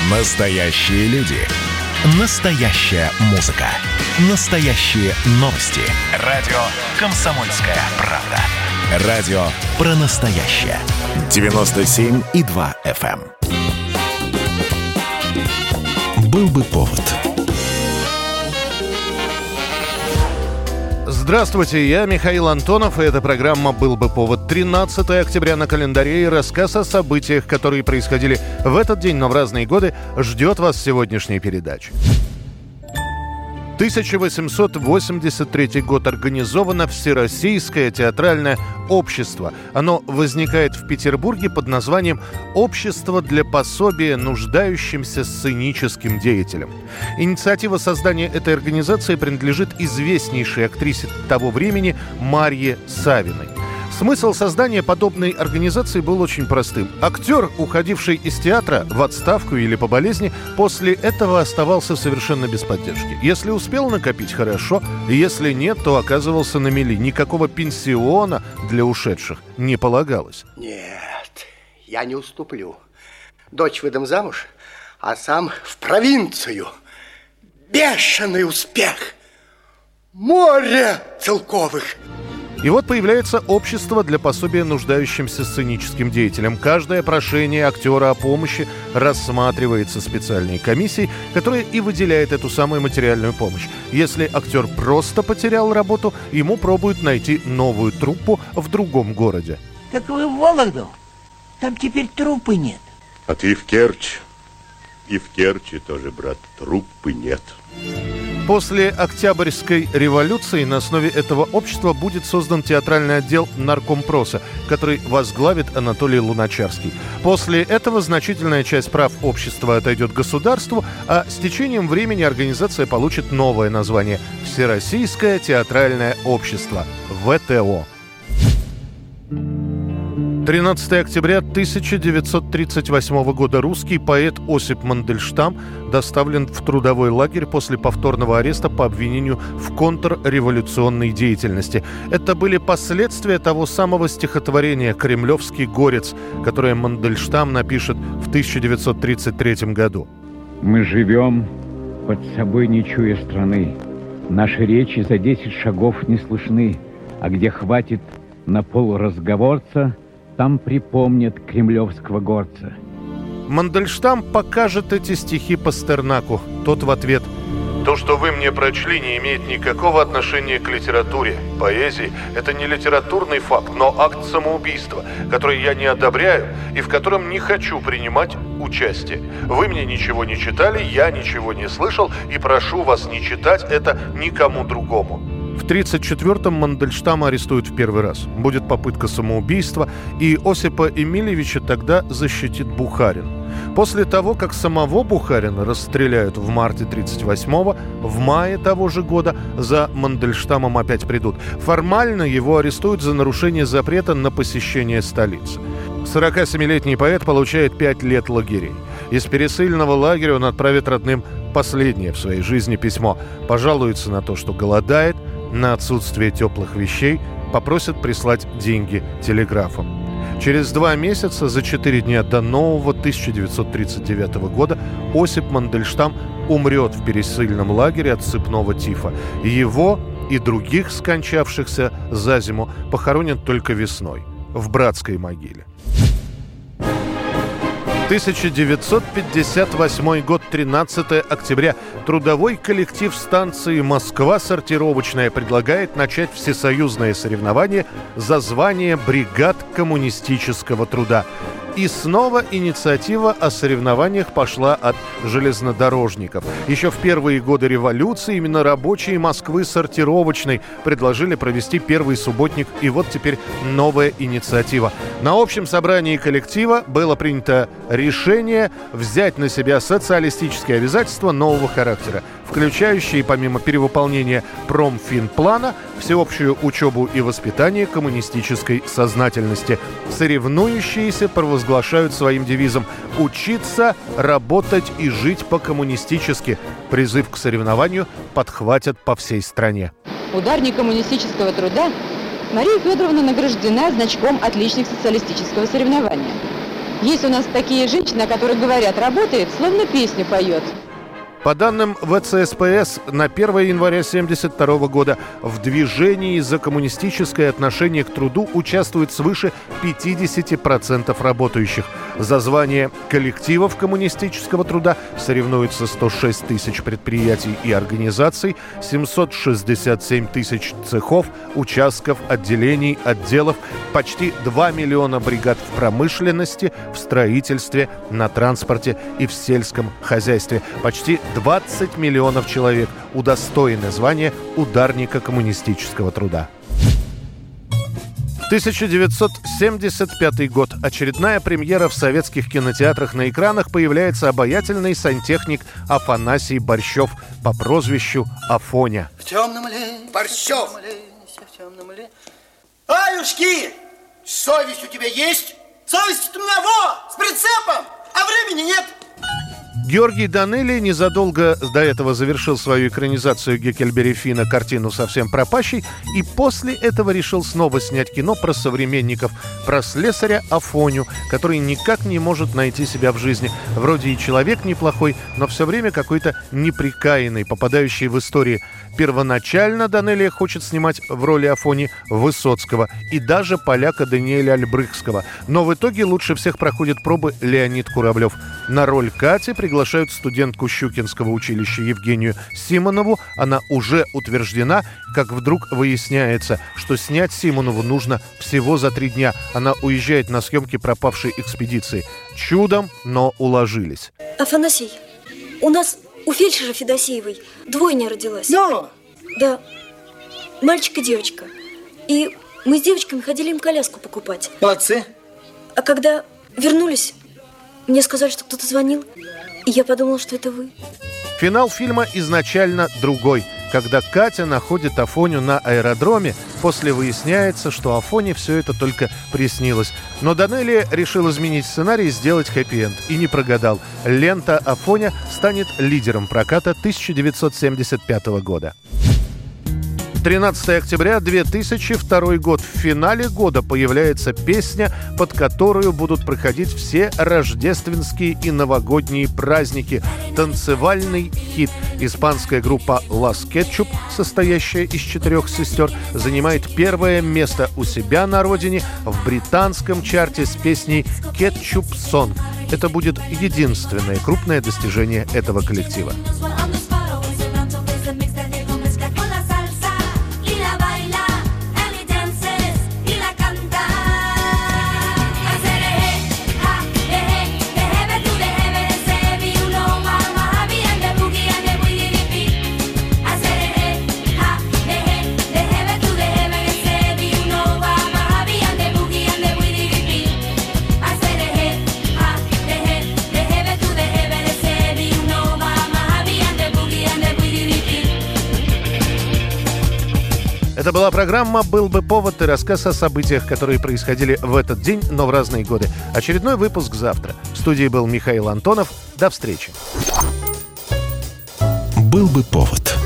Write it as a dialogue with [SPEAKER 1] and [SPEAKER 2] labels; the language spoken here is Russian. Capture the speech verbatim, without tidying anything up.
[SPEAKER 1] Настоящие люди. Настоящая музыка. Настоящие новости. Радио «Комсомольская правда». Радио про настоящее. девяносто семь и два эф эм. Был бы повод.
[SPEAKER 2] Здравствуйте, я Михаил Антонов, и эта программа «Был бы повод». тринадцатое октября на календаре, и рассказ о событиях, которые происходили в этот день, но в разные годы, ждет вас в сегодняшней передаче. тысяча восемьсот восемьдесят третий год. Организовано Всероссийское театральное общество. Оно возникает в Петербурге под названием «Общество для пособия нуждающимся сценическим деятелям». Инициатива создания этой организации принадлежит известнейшей актрисе того времени Марье Савиной. Смысл создания подобной организации был очень простым. Актер, уходивший из театра в отставку или по болезни, после этого оставался совершенно без поддержки. Если успел накопить — хорошо, если нет, то оказывался на мели. Никакого пенсиона для ушедших не полагалось.
[SPEAKER 3] Нет, я не уступлю. Дочь выдам замуж, а сам в провинцию. Бешеный успех! Море целковых!
[SPEAKER 2] И вот появляется общество для пособия нуждающимся сценическим деятелям. Каждое прошение актера о помощи рассматривается специальной комиссией, которая и выделяет эту самую материальную помощь. Если актер просто потерял работу, ему пробуют найти новую труппу в другом городе.
[SPEAKER 4] Так вы в Вологду? Там теперь труппы нет.
[SPEAKER 5] А ты в Керчь. И в Керчи тоже, брат, труппы нет.
[SPEAKER 2] После Октябрьской революции на основе этого общества будет создан театральный отдел наркомпроса, который возглавит Анатолий Луначарский. После этого значительная часть прав общества отойдет государству, а с течением времени организация получит новое название – Всероссийское театральное общество – вэ тэ о. тринадцатое октября тысяча девятьсот тридцать восьмого года. Русский поэт Осип Мандельштам доставлен в трудовой лагерь после повторного ареста по обвинению в контрреволюционной деятельности. Это были последствия того самого стихотворения «Кремлевский горец», которое Мандельштам напишет в тысяча девятьсот тридцать третьем году.
[SPEAKER 6] Мы живем, под собой не чуя страны. Наши речи за десять шагов не слышны, а где хватит на полуразговорца, там припомнят кремлевского горца.
[SPEAKER 2] Мандельштам покажет эти стихи Пастернаку. Тот в ответ: «То, что вы мне прочли, не имеет никакого отношения к литературе, поэзии. Это не литературный факт, но акт самоубийства, который я не одобряю и в котором не хочу принимать участие. Вы мне ничего не читали, я ничего не слышал, и прошу вас не читать это никому другому». В тридцать четвёртом Мандельштама арестуют в первый раз. Будет попытка самоубийства, и Осипа Эмильевича тогда защитит Бухарин. После того, как самого Бухарина расстреляют в марте тридцать восьмого, в мае того же года за Мандельштамом опять придут. Формально его арестуют за нарушение запрета на посещение столицы. сорокасемилетний поэт получает пять лет лагерей. Из пересыльного лагеря он отправит родным последнее в своей жизни письмо. Пожалуется на то, что голодает, на отсутствие теплых вещей, попросят прислать деньги телеграфом. Через два месяца, за четыре дня до нового тысяча девятьсот тридцать девятого года, Осип Мандельштам умрет в пересыльном лагере от сыпного тифа. Его и других скончавшихся за зиму похоронят только весной в братской могиле. тысяча девятьсот пятьдесят восьмой год, тринадцатое октября. Трудовой коллектив станции «Москва» сортировочная предлагает начать всесоюзное соревнование за звание бригад коммунистического труда. И снова инициатива о соревнованиях пошла от железнодорожников. Еще в первые годы революции именно рабочие Москвы сортировочной предложили провести первый субботник, и вот теперь новая инициатива. На общем собрании коллектива было принято решение взять на себя социалистические обязательства нового характера, включающие, помимо перевыполнения промфинплана, всеобщую учебу и воспитание коммунистической сознательности. Соревнующиеся провозглашают своим девизом «Учиться, работать и жить по-коммунистически». Призыв к соревнованию подхватят по всей стране.
[SPEAKER 7] Ударник коммунистического труда Мария Федоровна награждена значком «Отличник социалистического соревнования». Есть у нас такие женщины, о которых говорят, работает, словно песню поет.
[SPEAKER 2] По данным вэ цэ эс пэ эс, на первое января тысяча девятьсот семьдесят второго года в движении за коммунистическое отношение к труду участвует свыше пятьдесят процентов работающих. За звание коллективов коммунистического труда соревнуются сто шесть тысяч предприятий и организаций, семьсот шестьдесят семь тысяч цехов, участков, отделений, отделов, почти два миллиона бригад в промышленности, в строительстве, на транспорте и в сельском хозяйстве. Почти двадцать миллионов человек удостоены звания ударника коммунистического труда. тысяча девятьсот семьдесят пятый год. Очередная премьера в советских кинотеатрах. На экранах появляется обаятельный сантехник Афанасий Борщев по прозвищу Афоня.
[SPEAKER 3] В темном лесе, Борщев! В темном лесе. Аюшки! Совесть у тебя есть? Совесть у меня во! С прицепом! А времени нет!
[SPEAKER 2] Георгий Данелия незадолго до этого завершил свою экранизацию Геккельбери Финна, картину «Совсем пропащий», и после этого решил снова снять кино про современников, про слесаря Афоню, который никак не может найти себя в жизни. Вроде и человек неплохой, но все время какой-то неприкаянный, попадающий в истории. Первоначально Данелия хочет снимать в роли Афони Высоцкого и даже поляка Даниэля Альбрыхского. Но в итоге лучше всех проходит пробы Леонид Куравлев. На роль Кати приглашают студентку Щукинского училища Евгению Симонову. Она уже утверждена, как вдруг выясняется, что снять Симонову нужно всего за три дня. Она уезжает на съемки пропавшей экспедиции. Чудом, но уложились.
[SPEAKER 8] Афанасий, у нас у фельдшера Федосеевой двойня родилась.
[SPEAKER 3] Да.
[SPEAKER 8] Да, мальчик и девочка. И мы с девочками ходили им коляску покупать.
[SPEAKER 3] Молодцы.
[SPEAKER 8] А когда вернулись, мне сказали, что кто-то звонил, и я подумала, что это вы.
[SPEAKER 2] Финал фильма изначально другой. Когда Катя находит Афоню на аэродроме, после выясняется, что Афоне все это только приснилось. Но Данелия решил изменить сценарий и сделать хэппи-энд. И не прогадал. Лента «Афоня» станет лидером проката тысяча девятьсот семьдесят пятого года. тринадцатого октября две тысячи второй год. В финале года появляется песня, под которую будут проходить все рождественские и новогодние праздники. Танцевальный хит. Испанская группа Las Ketchup, состоящая из четырех сестер, занимает первое место у себя на родине в британском чарте с песней «Ketchup Song». Это будет единственное крупное достижение этого коллектива. Это была программа «Был бы повод» и рассказ о событиях, которые происходили в этот день, но в разные годы. Очередной выпуск завтра. В студии был Михаил Антонов. До встречи.
[SPEAKER 1] «Был бы повод».